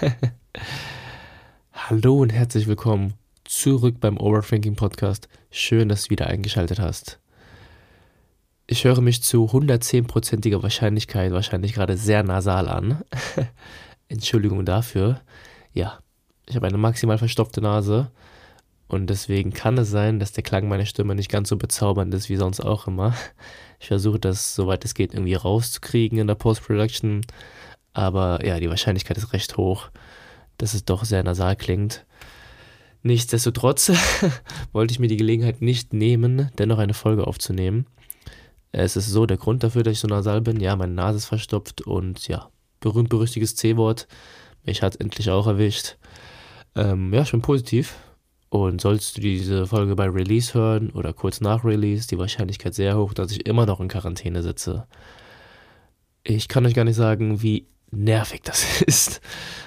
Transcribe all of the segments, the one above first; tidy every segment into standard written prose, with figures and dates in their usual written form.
Hallo und herzlich willkommen zurück beim Overthinking Podcast. Schön, dass du wieder eingeschaltet hast. Ich höre mich zu 110%iger Wahrscheinlichkeit wahrscheinlich gerade sehr nasal an. Entschuldigung dafür. Ja, ich habe eine maximal verstopfte Nase und deswegen kann es sein, dass der Klang meiner Stimme nicht ganz so bezaubernd ist wie sonst auch immer. Ich versuche das, soweit es geht, irgendwie rauszukriegen in der Post-Production, aber ja, die Wahrscheinlichkeit ist recht hoch, dass es doch sehr nasal klingt. Nichtsdestotrotz wollte ich mir die Gelegenheit nicht nehmen, dennoch eine Folge aufzunehmen. Es ist so, der Grund dafür, dass ich so nasal bin, ja, meine Nase ist verstopft und ja, berühmt-berüchtigtes C-Wort. Mich hat es endlich auch erwischt. Ja, schon positiv. Und sollst du diese Folge bei Release hören oder kurz nach Release, die Wahrscheinlichkeit sehr hoch, dass ich immer noch in Quarantäne sitze. Ich kann euch gar nicht sagen, wie nervig das ist.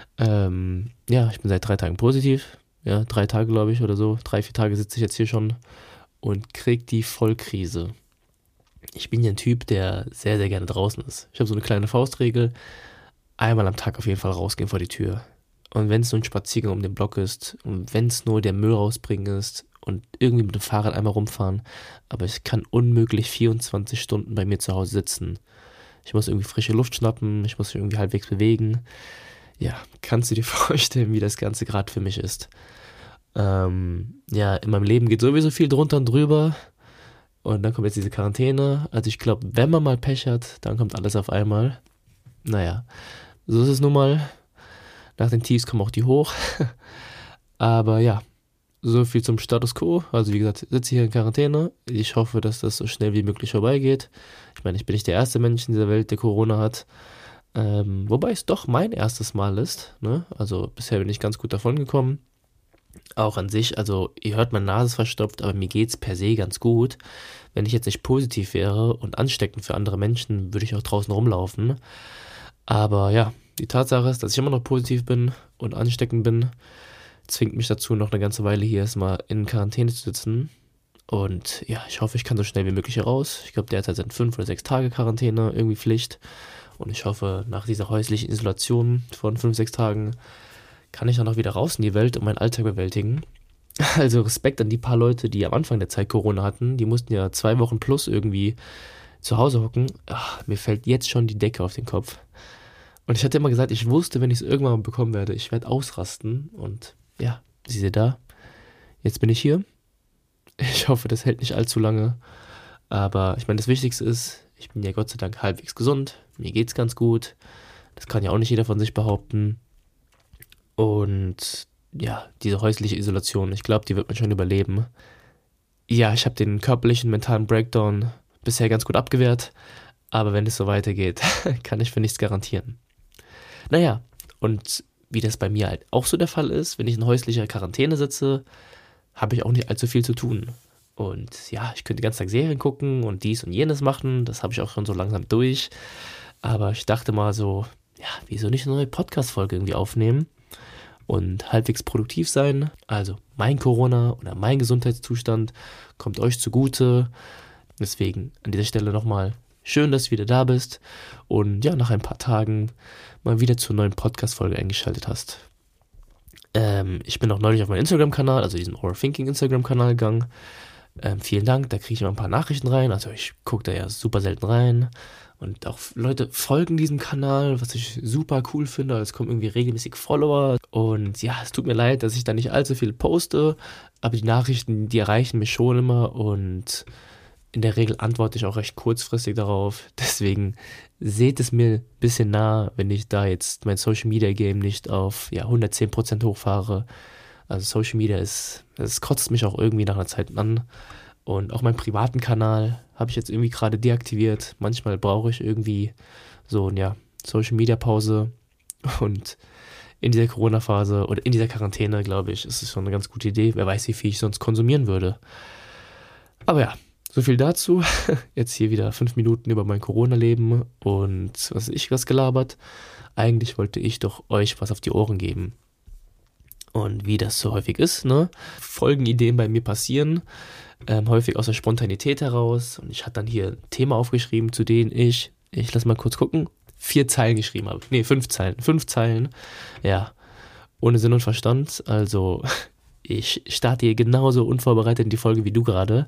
Ja, ich bin seit 3 Tagen positiv. Ja, 3 Tage, glaube ich, oder so. 3, 4 Tage sitze ich jetzt hier schon und krieg die Vollkrise. Ich bin ja ein Typ, der sehr, sehr gerne draußen ist. Ich habe so eine kleine Faustregel. Einmal am Tag auf jeden Fall rausgehen vor die Tür. Und wenn es nur ein Spaziergang um den Block ist und wenn es nur der Müll rausbringen ist und irgendwie mit dem Fahrrad einmal rumfahren, aber ich kann unmöglich 24 Stunden bei mir zu Hause sitzen. Ich muss irgendwie frische Luft schnappen, ich muss mich irgendwie halbwegs bewegen. Ja, kannst du dir vorstellen, wie das Ganze gerade für mich ist? Ja, in meinem Leben geht sowieso viel drunter und drüber. Und dann kommt jetzt diese Quarantäne. Also ich glaube, wenn man mal Pech hat, dann kommt alles auf einmal. Naja, so ist es nun mal. Nach den Tiefs kommen auch die hoch. Aber ja, so viel zum Status Quo. Also wie gesagt, sitze hier in Quarantäne. Ich hoffe, dass das so schnell wie möglich vorbeigeht. Ich meine, ich bin nicht der erste Mensch in dieser Welt, der Corona hat. Wobei es doch mein erstes Mal ist. Ne? Also bisher bin ich ganz gut davon gekommen. Auch an sich, also ihr hört, meine Nase ist verstopft, aber mir geht's per se ganz gut. Wenn ich jetzt nicht positiv wäre und ansteckend für andere Menschen, würde ich auch draußen rumlaufen. Aber ja, die Tatsache ist, dass ich immer noch positiv bin und ansteckend bin, zwingt mich dazu, noch eine ganze Weile hier erstmal in Quarantäne zu sitzen. Und ja, ich hoffe, ich kann so schnell wie möglich hier raus. Ich glaube, derzeit sind 5 oder 6 Tage Quarantäne irgendwie Pflicht. Und ich hoffe, nach dieser häuslichen Isolation von 5, 6 Tagen kann ich dann auch wieder raus in die Welt und meinen Alltag bewältigen. Also Respekt an die paar Leute, die am Anfang der Zeit Corona hatten. Die mussten ja 2 Wochen plus irgendwie zu Hause hocken. Mir fällt jetzt schon die Decke auf den Kopf. Und ich hatte immer gesagt, ich wusste, wenn ich es irgendwann mal bekommen werde, ich werde ausrasten. Und ja, sieh sie da. Jetzt bin ich hier. Ich hoffe, das hält nicht allzu lange. Aber ich meine, das Wichtigste ist, ich bin ja Gott sei Dank halbwegs gesund. Mir geht's ganz gut. Das kann ja auch nicht jeder von sich behaupten. Und ja, diese häusliche Isolation, ich glaube, die wird man schon überleben. Ja, ich habe den körperlichen, mentalen Breakdown bisher ganz gut abgewehrt. Aber wenn es so weitergeht, kann ich für nichts garantieren. Naja, und wie das bei mir halt auch so der Fall ist, wenn ich in häuslicher Quarantäne sitze, habe ich auch nicht allzu viel zu tun. Und ja, ich könnte den ganzen Tag Serien gucken und dies und jenes machen. Das habe ich auch schon so langsam durch. Aber ich dachte mal so, ja, wieso nicht eine neue Podcast-Folge irgendwie aufnehmen und halbwegs produktiv sein? Also mein Corona oder mein Gesundheitszustand kommt euch zugute. Deswegen an dieser Stelle nochmal schön, dass du wieder da bist und ja, nach ein paar Tagen mal wieder zur neuen Podcast-Folge eingeschaltet hast. Ich bin auch neulich auf meinen Instagram-Kanal, also diesen Overthinking Instagram-Kanal gegangen. Vielen Dank, da kriege ich immer ein paar Nachrichten rein. Also ich gucke da ja super selten rein. Und auch Leute folgen diesem Kanal, was ich super cool finde. Es kommen irgendwie regelmäßig Follower. Und ja, es tut mir leid, dass ich da nicht allzu viel poste. Aber die Nachrichten, die erreichen mich schon immer. Und in der Regel antworte ich auch recht kurzfristig darauf. Deswegen seht es mir ein bisschen nah, wenn ich da jetzt mein Social Media Game nicht auf 110% hochfahre. Also Social Media das kotzt mich auch irgendwie nach einer Zeit an. Und auch meinen privaten Kanal habe ich jetzt irgendwie gerade deaktiviert. Manchmal brauche ich irgendwie so eine Social Media Pause. Und in dieser Corona-Phase oder in dieser Quarantäne, glaube ich, ist es schon eine ganz gute Idee. Wer weiß, wie viel ich sonst konsumieren würde. Aber ja, so viel dazu. Jetzt hier wieder 5 Minuten über mein Corona-Leben und was gelabert. Eigentlich wollte ich doch euch was auf die Ohren geben. Und wie das so häufig ist, ne? Folgenideen bei mir passieren, häufig aus der Spontanität heraus. Und ich hatte dann hier ein Thema aufgeschrieben, zu denen ich lass mal kurz gucken, 4 Zeilen geschrieben habe. Ne, 5 Zeilen. 5 Zeilen, ja. ohne Sinn und Verstand. Also ich starte hier genauso unvorbereitet in die Folge wie du gerade.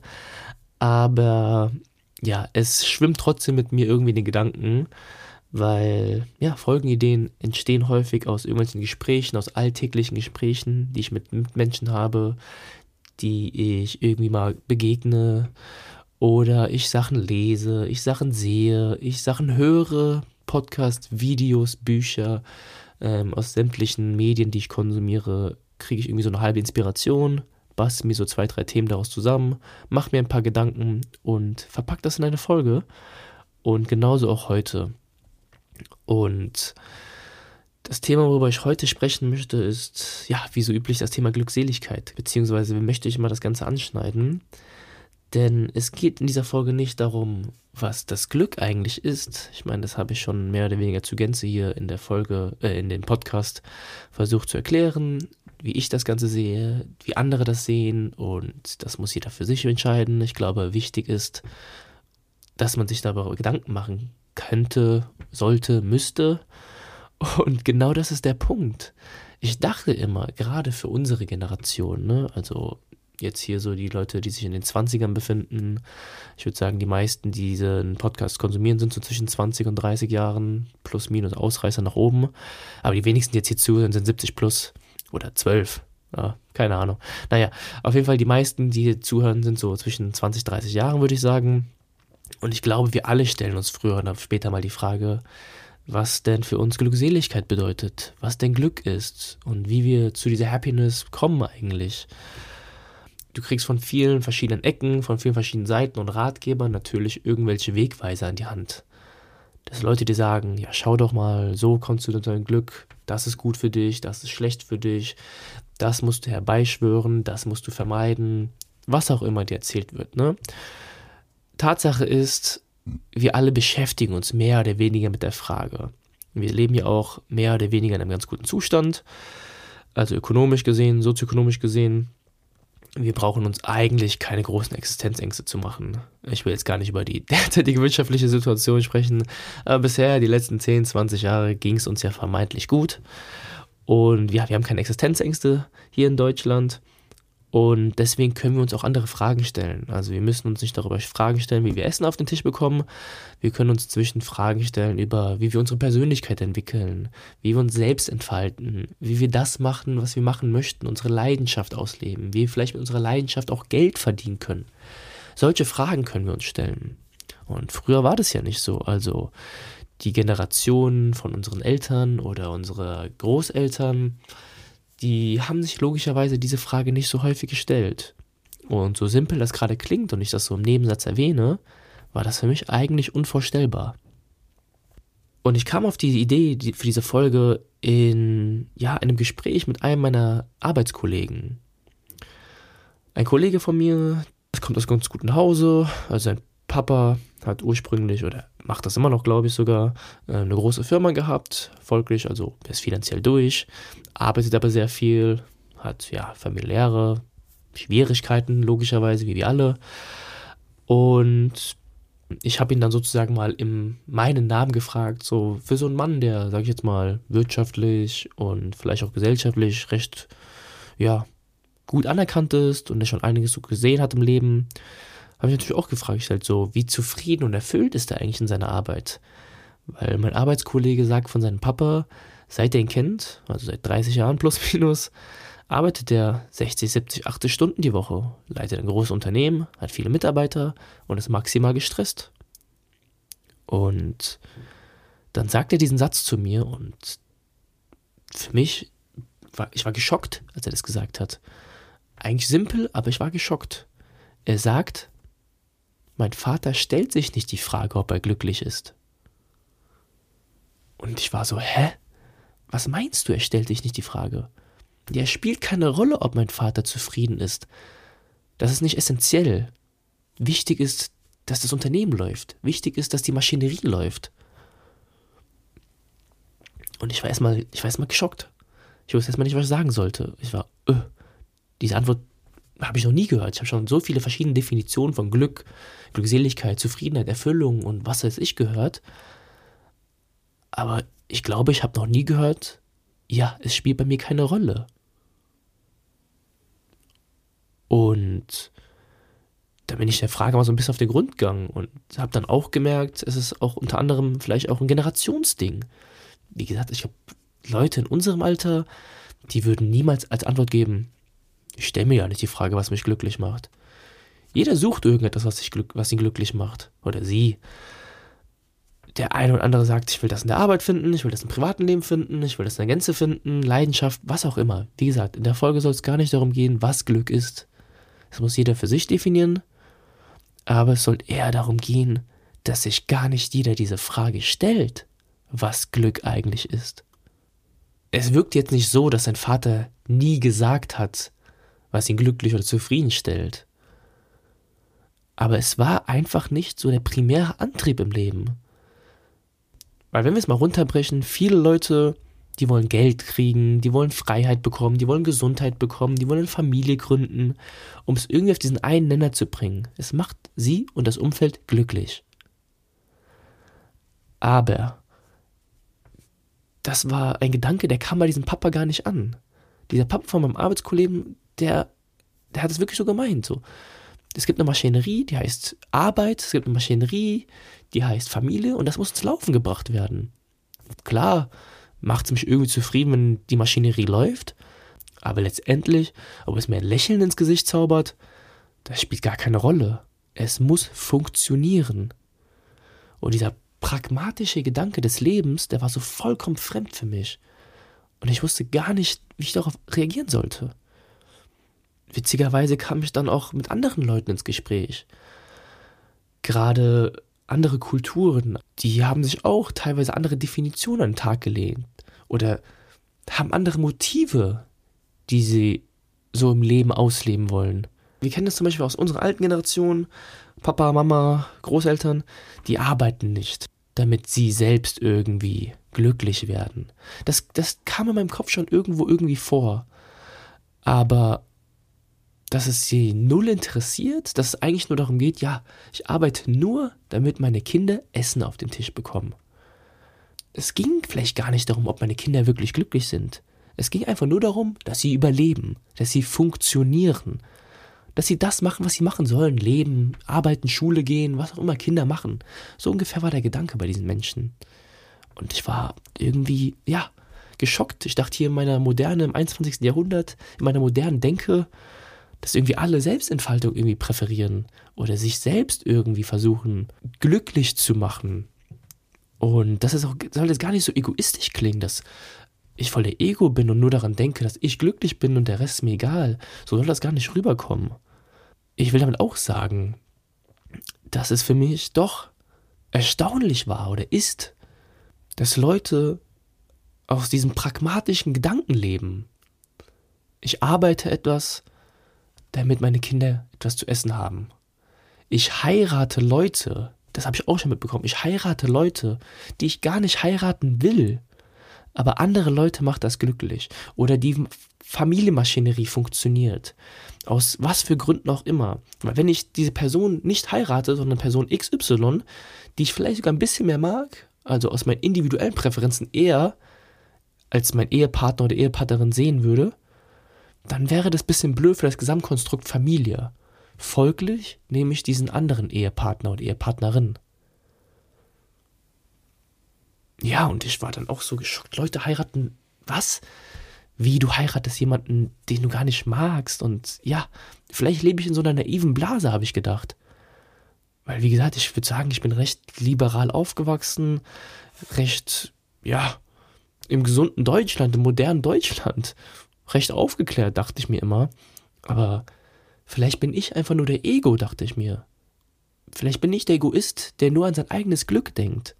Aber ja, es schwimmt trotzdem mit mir irgendwie in den Gedanken, weil ja, Folgenideen entstehen häufig aus irgendwelchen Gesprächen, aus alltäglichen Gesprächen, die ich mit Menschen habe, die ich irgendwie mal begegne oder ich Sachen lese, ich Sachen sehe, ich Sachen höre, Podcasts, Videos, Bücher, aus sämtlichen Medien, die ich konsumiere, kriege ich irgendwie so eine halbe Inspiration, bastel mir so 2, 3 Themen daraus zusammen, mache mir ein paar Gedanken und verpack das in eine Folge. Und genauso auch heute. Und das Thema, worüber ich heute sprechen möchte, ist, ja, wie so üblich, das Thema Glückseligkeit. Beziehungsweise möchte ich mal das Ganze anschneiden. Denn es geht in dieser Folge nicht darum, was das Glück eigentlich ist. Ich meine, das habe ich schon mehr oder weniger zur Gänze hier in der Folge, in dem Podcast versucht zu erklären, wie ich das Ganze sehe, wie andere das sehen, und das muss jeder für sich entscheiden. Ich glaube, wichtig ist, dass man sich darüber Gedanken machen könnte, sollte, müsste. Und genau das ist der Punkt. Ich dachte immer, gerade für unsere Generation, ne, also jetzt hier so die Leute, die sich in den 20ern befinden, ich würde sagen, die meisten, die diesen Podcast konsumieren, sind so zwischen 20 und 30 Jahren, plus minus Ausreißer nach oben. Aber die wenigsten, die jetzt hier zuhören, sind 70 plus oder 12. Ja, keine Ahnung. Naja, auf jeden Fall die meisten, die hier zuhören, sind so zwischen 20, 30 Jahren, würde ich sagen. Und ich glaube, wir alle stellen uns früher oder später mal die Frage, was denn für uns Glückseligkeit bedeutet, was denn Glück ist und wie wir zu dieser Happiness kommen eigentlich. Du kriegst von vielen verschiedenen Ecken, von vielen verschiedenen Seiten und Ratgebern natürlich irgendwelche Wegweiser an die Hand. Dass Leute dir sagen, ja, schau doch mal, so kommst du zu deinem Glück, das ist gut für dich, das ist schlecht für dich, das musst du herbeischwören, das musst du vermeiden, was auch immer dir erzählt wird, ne? Tatsache ist, wir alle beschäftigen uns mehr oder weniger mit der Frage. Wir leben ja auch mehr oder weniger in einem ganz guten Zustand, also ökonomisch gesehen, sozioökonomisch gesehen. Wir brauchen uns eigentlich keine großen Existenzängste zu machen. Ich will jetzt gar nicht über die derzeitige wirtschaftliche Situation sprechen, aber bisher, die letzten 10, 20 Jahre, ging es uns ja vermeintlich gut. Und ja, wir haben keine Existenzängste hier in Deutschland. Und deswegen können wir uns auch andere Fragen stellen. Also wir müssen uns nicht darüber Fragen stellen, wie wir Essen auf den Tisch bekommen. Wir können uns inzwischen Fragen stellen über, wie wir unsere Persönlichkeit entwickeln, wie wir uns selbst entfalten, wie wir das machen, was wir machen möchten, unsere Leidenschaft ausleben, wie wir vielleicht mit unserer Leidenschaft auch Geld verdienen können. Solche Fragen können wir uns stellen. Und früher war das ja nicht so. Also die Generation von unseren Eltern oder unsere Großeltern, die haben sich logischerweise diese Frage nicht so häufig gestellt. Und so simpel das gerade klingt und ich das so im Nebensatz erwähne, war das für mich eigentlich unvorstellbar. Und ich kam auf die Idee für diese Folge in einem Gespräch mit einem meiner Arbeitskollegen. Ein Kollege von mir, das kommt aus ganz gutem Hause, also sein Papa hat ursprünglich oder macht das immer noch, glaube ich sogar, eine große Firma gehabt, folglich, also er ist finanziell durch, arbeitet aber sehr viel, hat ja familiäre Schwierigkeiten, logischerweise, wie wir alle. Und ich habe ihn dann sozusagen mal in meinen Namen gefragt, so für so einen Mann, der, sage ich jetzt mal, wirtschaftlich und vielleicht auch gesellschaftlich recht, ja, gut anerkannt ist und der schon einiges so gesehen hat im Leben, habe ich natürlich auch gefragt, so, wie zufrieden und erfüllt ist er eigentlich in seiner Arbeit? Weil mein Arbeitskollege sagt von seinem Papa, seit er ihn kennt, also seit 30 Jahren plus minus, arbeitet er 60, 70, 80 Stunden die Woche, leitet ein großes Unternehmen, hat viele Mitarbeiter und ist maximal gestresst. Und dann sagt er diesen Satz zu mir und für mich, ich war geschockt, als er das gesagt hat. Eigentlich simpel, aber ich war geschockt. Er sagt, mein Vater stellt sich nicht die Frage, ob er glücklich ist. Und ich war so, hä? Was meinst du, er stellt sich nicht die Frage? Ja, es spielt keine Rolle, ob mein Vater zufrieden ist. Das ist nicht essentiell. Wichtig ist, dass das Unternehmen läuft. Wichtig ist, dass die Maschinerie läuft. Und ich war erstmal geschockt. Ich wusste erstmal nicht, was ich sagen sollte. Ich war, diese Antwort habe ich noch nie gehört. Ich habe schon so viele verschiedene Definitionen von Glück, Glückseligkeit, Zufriedenheit, Erfüllung und was weiß ich gehört. Aber ich glaube, ich habe noch nie gehört, ja, es spielt bei mir keine Rolle. Und da bin ich der Frage mal so ein bisschen auf den Grund gegangen und habe dann auch gemerkt, es ist auch unter anderem vielleicht auch ein Generationsding. Wie gesagt, ich glaube, Leute in unserem Alter, die würden niemals als Antwort geben, ich stelle mir ja nicht die Frage, was mich glücklich macht. Jeder sucht irgendetwas, was ihn glücklich macht. Oder sie. Der eine oder andere sagt, ich will das in der Arbeit finden, ich will das im privaten Leben finden, ich will das in der Gänze finden, Leidenschaft, was auch immer. Wie gesagt, in der Folge soll es gar nicht darum gehen, was Glück ist. Das muss jeder für sich definieren. Aber es soll eher darum gehen, dass sich gar nicht jeder diese Frage stellt, was Glück eigentlich ist. Es wirkt jetzt nicht so, dass sein Vater nie gesagt hat, was ihn glücklich oder zufrieden stellt. Aber es war einfach nicht so der primäre Antrieb im Leben. Weil wenn wir es mal runterbrechen, viele Leute, die wollen Geld kriegen, die wollen Freiheit bekommen, die wollen Gesundheit bekommen, die wollen eine Familie gründen, um es irgendwie auf diesen einen Nenner zu bringen. Es macht sie und das Umfeld glücklich. Aber das war ein Gedanke, der kam bei diesem Papa gar nicht an. Dieser Papa von meinem Arbeitskollegen, der hat es wirklich so gemeint. So. Es gibt eine Maschinerie, die heißt Arbeit, es gibt eine Maschinerie, die heißt Familie und das muss ins Laufen gebracht werden. Klar, macht es mich irgendwie zufrieden, wenn die Maschinerie läuft, aber letztendlich, ob es mir ein Lächeln ins Gesicht zaubert, das spielt gar keine Rolle. Es muss funktionieren. Und dieser pragmatische Gedanke des Lebens, der war so vollkommen fremd für mich. Und ich wusste gar nicht, wie ich darauf reagieren sollte. Witzigerweise kam ich dann auch mit anderen Leuten ins Gespräch. Gerade andere Kulturen, die haben sich auch teilweise andere Definitionen an den Tag gelegt. Oder haben andere Motive, die sie so im Leben ausleben wollen. Wir kennen das zum Beispiel aus unserer alten Generation. Papa, Mama, Großeltern, die arbeiten nicht, damit sie selbst irgendwie glücklich werden. Das kam in meinem Kopf schon irgendwo irgendwie vor. Aber dass es sie null interessiert, dass es eigentlich nur darum geht, ja, ich arbeite nur, damit meine Kinder Essen auf den Tisch bekommen. Es ging vielleicht gar nicht darum, ob meine Kinder wirklich glücklich sind. Es ging einfach nur darum, dass sie überleben, dass sie funktionieren, dass sie das machen, was sie machen sollen, leben, arbeiten, Schule gehen, was auch immer Kinder machen. So ungefähr war der Gedanke bei diesen Menschen. Und ich war irgendwie, ja, geschockt. Ich dachte hier in meiner Moderne, im 21. Jahrhundert, in meiner modernen Denke, dass irgendwie alle Selbstentfaltung irgendwie präferieren oder sich selbst irgendwie versuchen, glücklich zu machen. Und das soll jetzt gar nicht so egoistisch klingen, dass ich voll der Ego bin und nur daran denke, dass ich glücklich bin und der Rest ist mir egal. So soll das gar nicht rüberkommen. Ich will damit auch sagen, dass es für mich doch erstaunlich war oder ist, dass Leute aus diesem pragmatischen Gedanken leben. Ich arbeite etwas, damit meine Kinder etwas zu essen haben. Ich heirate Leute, das habe ich auch schon mitbekommen, ich heirate Leute, die ich gar nicht heiraten will, aber andere Leute macht das glücklich. Oder die Familienmaschinerie funktioniert. Aus was für Gründen auch immer. Weil wenn ich diese Person nicht heirate, sondern Person XY, die ich vielleicht sogar ein bisschen mehr mag, also aus meinen individuellen Präferenzen eher als mein Ehepartner oder Ehepartnerin sehen würde, dann wäre das ein bisschen blöd für das Gesamtkonstrukt Familie. Folglich nehme ich diesen anderen Ehepartner oder Ehepartnerin. Ja, und ich war dann auch so geschockt. Leute heiraten, was? Wie, du heiratest jemanden, den du gar nicht magst? Und ja, vielleicht lebe ich in so einer naiven Blase, habe ich gedacht. Weil, wie gesagt, ich würde sagen, ich bin recht liberal aufgewachsen, recht, ja, im gesunden Deutschland, im modernen Deutschland. Recht aufgeklärt, dachte ich mir immer. Aber vielleicht bin ich einfach nur der Ego, dachte ich mir. Vielleicht bin ich der Egoist, der nur an sein eigenes Glück denkt.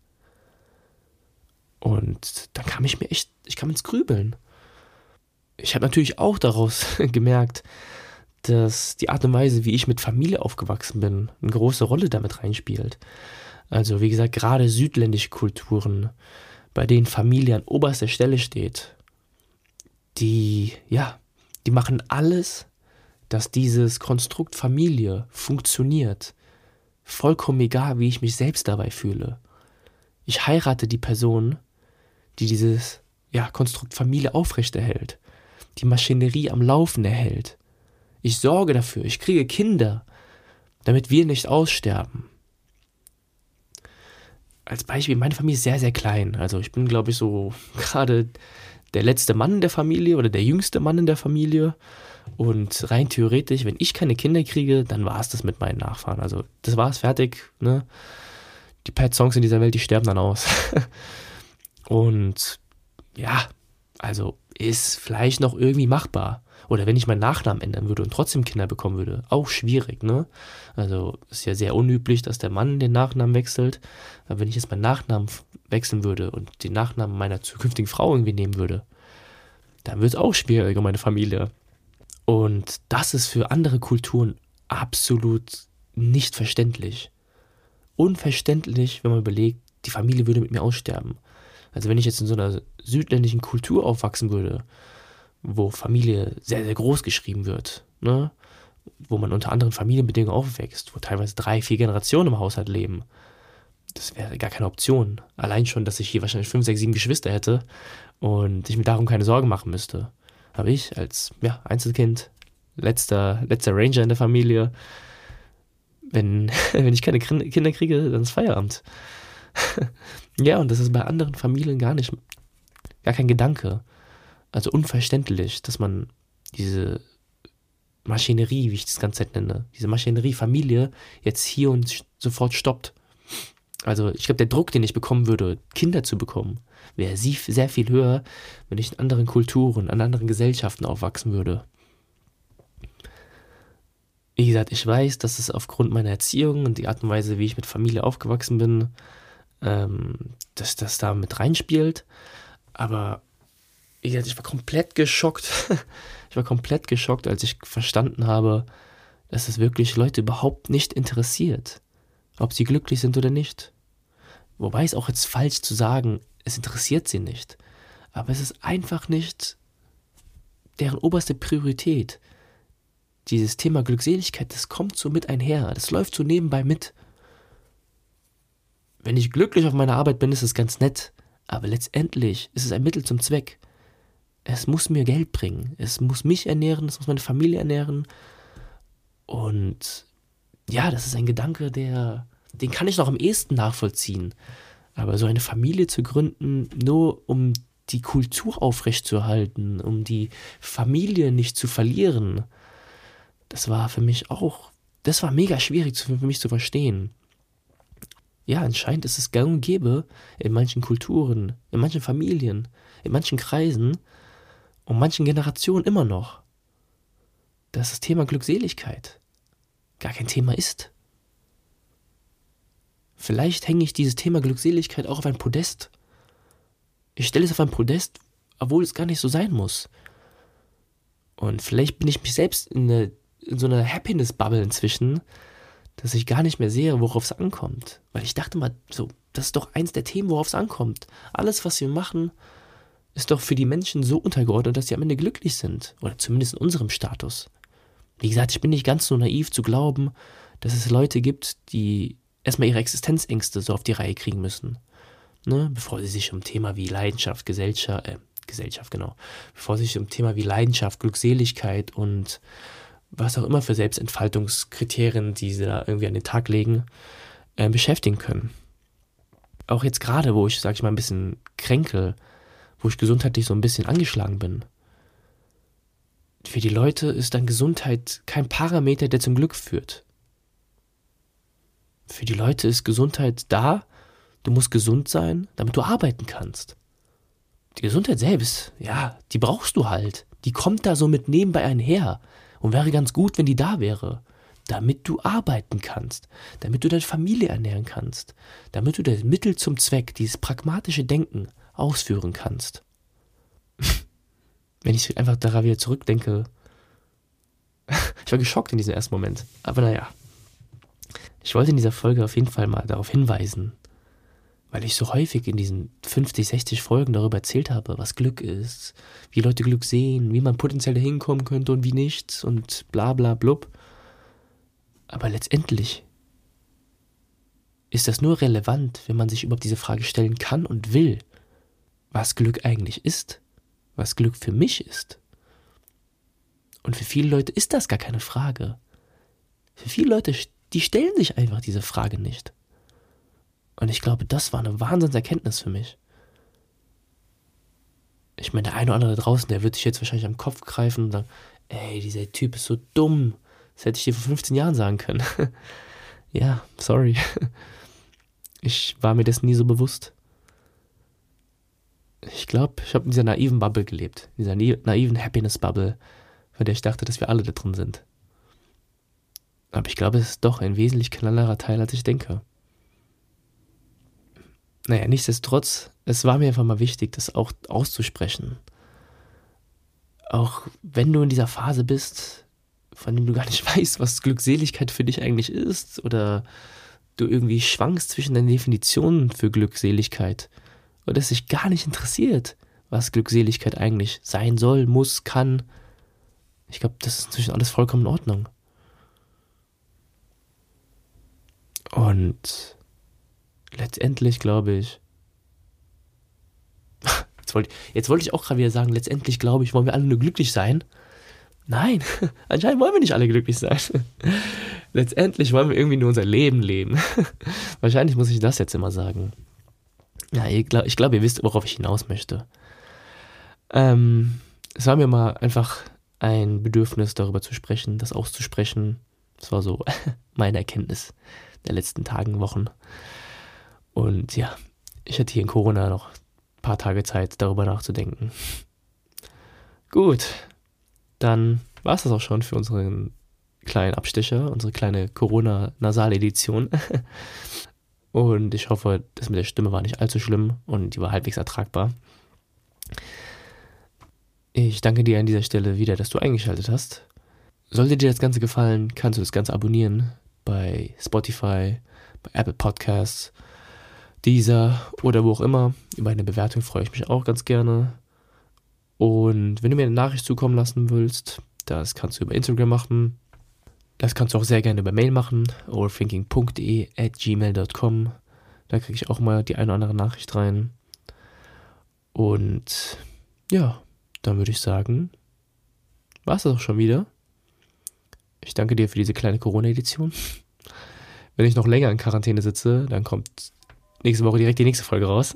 Und dann kam ich kam ins Grübeln. Ich habe natürlich auch daraus gemerkt, dass die Art und Weise, wie ich mit Familie aufgewachsen bin, eine große Rolle damit reinspielt. Also wie gesagt, gerade südländische Kulturen, bei denen Familie an oberster Stelle steht, die machen alles, dass dieses Konstrukt Familie funktioniert. Vollkommen egal, wie ich mich selbst dabei fühle. Ich heirate die Person, die dieses Konstrukt Familie aufrechterhält, die Maschinerie am Laufen erhält. Ich sorge dafür, ich kriege Kinder, damit wir nicht aussterben. Als Beispiel, meine Familie ist sehr, sehr klein. Also ich bin, glaube ich, so gerade der letzte Mann in der Familie oder der jüngste Mann in der Familie. Und rein theoretisch, wenn ich keine Kinder kriege, dann war es das mit meinen Nachfahren. Also das war es, fertig. Ne? Die Pet-Songs in dieser Welt, die sterben dann aus. Und ja, also ist vielleicht noch irgendwie machbar. Oder wenn ich meinen Nachnamen ändern würde und trotzdem Kinder bekommen würde, auch schwierig, ne? Also ist ja sehr unüblich, dass der Mann den Nachnamen wechselt. Aber wenn ich jetzt meinen Nachnamen wechseln würde und den Nachnamen meiner zukünftigen Frau irgendwie nehmen würde, dann wird es auch schwieriger, meine Familie. Und das ist für andere Kulturen absolut nicht verständlich. Unverständlich, wenn man überlegt, die Familie würde mit mir aussterben. Also wenn ich jetzt in so einer südländischen Kultur aufwachsen würde, wo Familie sehr, sehr groß geschrieben wird, ne? Wo man unter anderen Familienbedingungen aufwächst, wo teilweise 3, 4 Generationen im Haushalt leben. Das wäre gar keine Option. Allein schon, dass ich hier wahrscheinlich 5, 6, 7 Geschwister hätte und ich mir darum keine Sorgen machen müsste. Aber ich als Einzelkind, letzter Ranger in der Familie, wenn ich keine Kinder kriege, dann ist Feierabend. Ja, und das ist bei anderen Familien gar kein Gedanke. Also unverständlich, dass man diese Maschinerie, wie ich das ganze Zeit nenne, diese Maschinerie Familie jetzt hier und sofort stoppt. Also ich glaube, der Druck, den ich bekommen würde, Kinder zu bekommen, wäre sehr viel höher, wenn ich in anderen Kulturen, in anderen Gesellschaften aufwachsen würde. Wie gesagt, ich weiß, dass es aufgrund meiner Erziehung und die Art und Weise, wie ich mit Familie aufgewachsen bin, dass das da mit reinspielt. Aber wie gesagt, ich war komplett geschockt. Ich war komplett geschockt, als ich verstanden habe, dass es wirklich Leute überhaupt nicht interessiert, ob sie glücklich sind oder nicht. Wobei es auch jetzt falsch zu sagen, es interessiert sie nicht. Aber es ist einfach nicht deren oberste Priorität. Dieses Thema Glückseligkeit, das kommt so mit einher. Das läuft so nebenbei mit. Wenn ich glücklich auf meiner Arbeit bin, ist es ganz nett. Aber letztendlich ist es ein Mittel zum Zweck. Es muss mir Geld bringen. Es muss mich ernähren, es muss meine Familie ernähren. Und ja, das ist ein Gedanke, den kann ich noch am ehesten nachvollziehen. Aber so eine Familie zu gründen, nur um die Kultur aufrechtzuerhalten, um die Familie nicht zu verlieren, das war für mich das war mega schwierig für mich zu verstehen. Ja, anscheinend ist es gang und gäbe in manchen Kulturen, in manchen Familien, in manchen Kreisen und manchen Generationen immer noch, dass das Thema Glückseligkeit gar kein Thema ist. Vielleicht hänge ich dieses Thema Glückseligkeit auch auf ein Podest. Ich stelle es auf ein Podest, obwohl es gar nicht so sein muss. Und vielleicht bin ich mich selbst in so einer Happiness-Bubble inzwischen, dass ich gar nicht mehr sehe, worauf es ankommt. Weil ich dachte mal, so, das ist doch eins der Themen, worauf es ankommt. Alles, was wir machen, ist doch für die Menschen so untergeordnet, dass sie am Ende glücklich sind. Oder zumindest in unserem Status. Wie gesagt, ich bin nicht ganz so naiv zu glauben, dass es Leute gibt, die erstmal ihre Existenzängste so auf die Reihe kriegen müssen. Ne? Bevor sie sich um Thema wie Leidenschaft, Gesellschaft, genau. Bevor sie sich um Thema wie Leidenschaft, Glückseligkeit und was auch immer für Selbstentfaltungskriterien, die sie da irgendwie an den Tag legen, beschäftigen können. Auch jetzt gerade, wo ich, sag ich mal, ein bisschen kränkel, wo ich gesundheitlich so ein bisschen angeschlagen bin. Für die Leute ist dann Gesundheit kein Parameter, der zum Glück führt. Für die Leute ist Gesundheit da, du musst gesund sein, damit du arbeiten kannst. Die Gesundheit selbst, ja, die brauchst du halt. Die kommt da so mit nebenbei einher. Und wäre ganz gut, wenn die da wäre, damit du arbeiten kannst, damit du deine Familie ernähren kannst, damit du das Mittel zum Zweck, dieses pragmatische Denken ausführen kannst. Wenn ich einfach daran wieder zurückdenke, ich war geschockt in diesem ersten Moment, aber naja. Ich wollte in dieser Folge auf jeden Fall mal darauf hinweisen, weil ich so häufig in diesen 50, 60 Folgen darüber erzählt habe, was Glück ist, wie Leute Glück sehen, wie man potenziell da hinkommen könnte und wie nicht und bla bla blub. Aber letztendlich ist das nur relevant, wenn man sich überhaupt diese Frage stellen kann und will. was Glück eigentlich ist, was Glück für mich ist. Und für viele Leute ist das gar keine Frage. Für viele Leute, die stellen sich einfach diese Frage nicht. Und ich glaube, das war eine Wahnsinnserkenntnis für mich. Ich meine, der eine oder andere da draußen, der wird sich jetzt wahrscheinlich am Kopf greifen und sagen, ey, dieser Typ ist so dumm. Das hätte ich dir vor 15 Jahren sagen können. Ja, sorry. Ich war mir dessen nie so bewusst. Ich glaube, ich habe in dieser naiven Bubble gelebt. In dieser naiven Happiness-Bubble, von der ich dachte, dass wir alle da drin sind. Aber ich glaube, es ist doch ein wesentlich knallerer Teil, als ich denke. Naja, nichtsdestotrotz, es war mir einfach mal wichtig, das auch auszusprechen. Auch wenn du in dieser Phase bist, von dem du gar nicht weißt, was Glückseligkeit für dich eigentlich ist, oder du irgendwie schwankst zwischen den Definitionen für Glückseligkeit, oder es dich gar nicht interessiert, was Glückseligkeit eigentlich sein soll, muss, kann. Ich glaube, das ist inzwischen alles vollkommen in Ordnung. Und letztendlich glaube ich, jetzt wollte ich auch gerade wieder sagen, letztendlich glaube ich, wollen wir alle nur glücklich sein. Nein, anscheinend wollen wir nicht alle glücklich sein. Letztendlich wollen wir irgendwie nur unser Leben leben. Wahrscheinlich muss ich das jetzt immer sagen. Ja, ich glaube, ihr wisst, worauf ich hinaus möchte. Es war mir mal einfach ein Bedürfnis, darüber zu sprechen, das auszusprechen. Das war so meine Erkenntnis der letzten Tagen, Wochen. Und ja, ich hatte hier in Corona noch ein paar Tage Zeit, darüber nachzudenken. Gut, dann war es das auch schon für unseren kleinen Abstecher, unsere kleine Corona-Nasal-Edition. Und ich hoffe, das mit der Stimme war nicht allzu schlimm und die war halbwegs ertragbar. Ich danke dir an dieser Stelle wieder, dass du eingeschaltet hast. Sollte dir das Ganze gefallen, kannst du das Ganze abonnieren bei Spotify, bei Apple Podcasts, Deezer oder wo auch immer. Über eine Bewertung freue ich mich auch ganz gerne. Und wenn du mir eine Nachricht zukommen lassen willst, das kannst du über Instagram machen. Das kannst du auch sehr gerne über Mail machen, overthinking.de@gmail.com. Da kriege ich auch mal die eine oder andere Nachricht rein. Und ja, dann würde ich sagen, war es das auch schon wieder. Ich danke dir für diese kleine Corona-Edition. Wenn ich noch länger in Quarantäne sitze, dann kommt nächste Woche direkt die nächste Folge raus.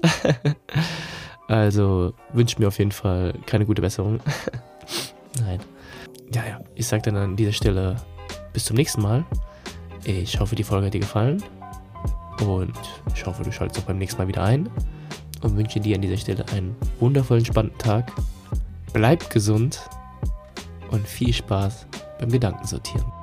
Also wünsche mir auf jeden Fall keine gute Besserung. Nein. Ja, ich sage dann an dieser Stelle bis zum nächsten Mal. Ich hoffe, die Folge hat dir gefallen. Und ich hoffe, du schaltest auch beim nächsten Mal wieder ein. Und wünsche dir an dieser Stelle einen wundervollen, spannenden Tag. Bleib gesund und viel Spaß beim Gedankensortieren.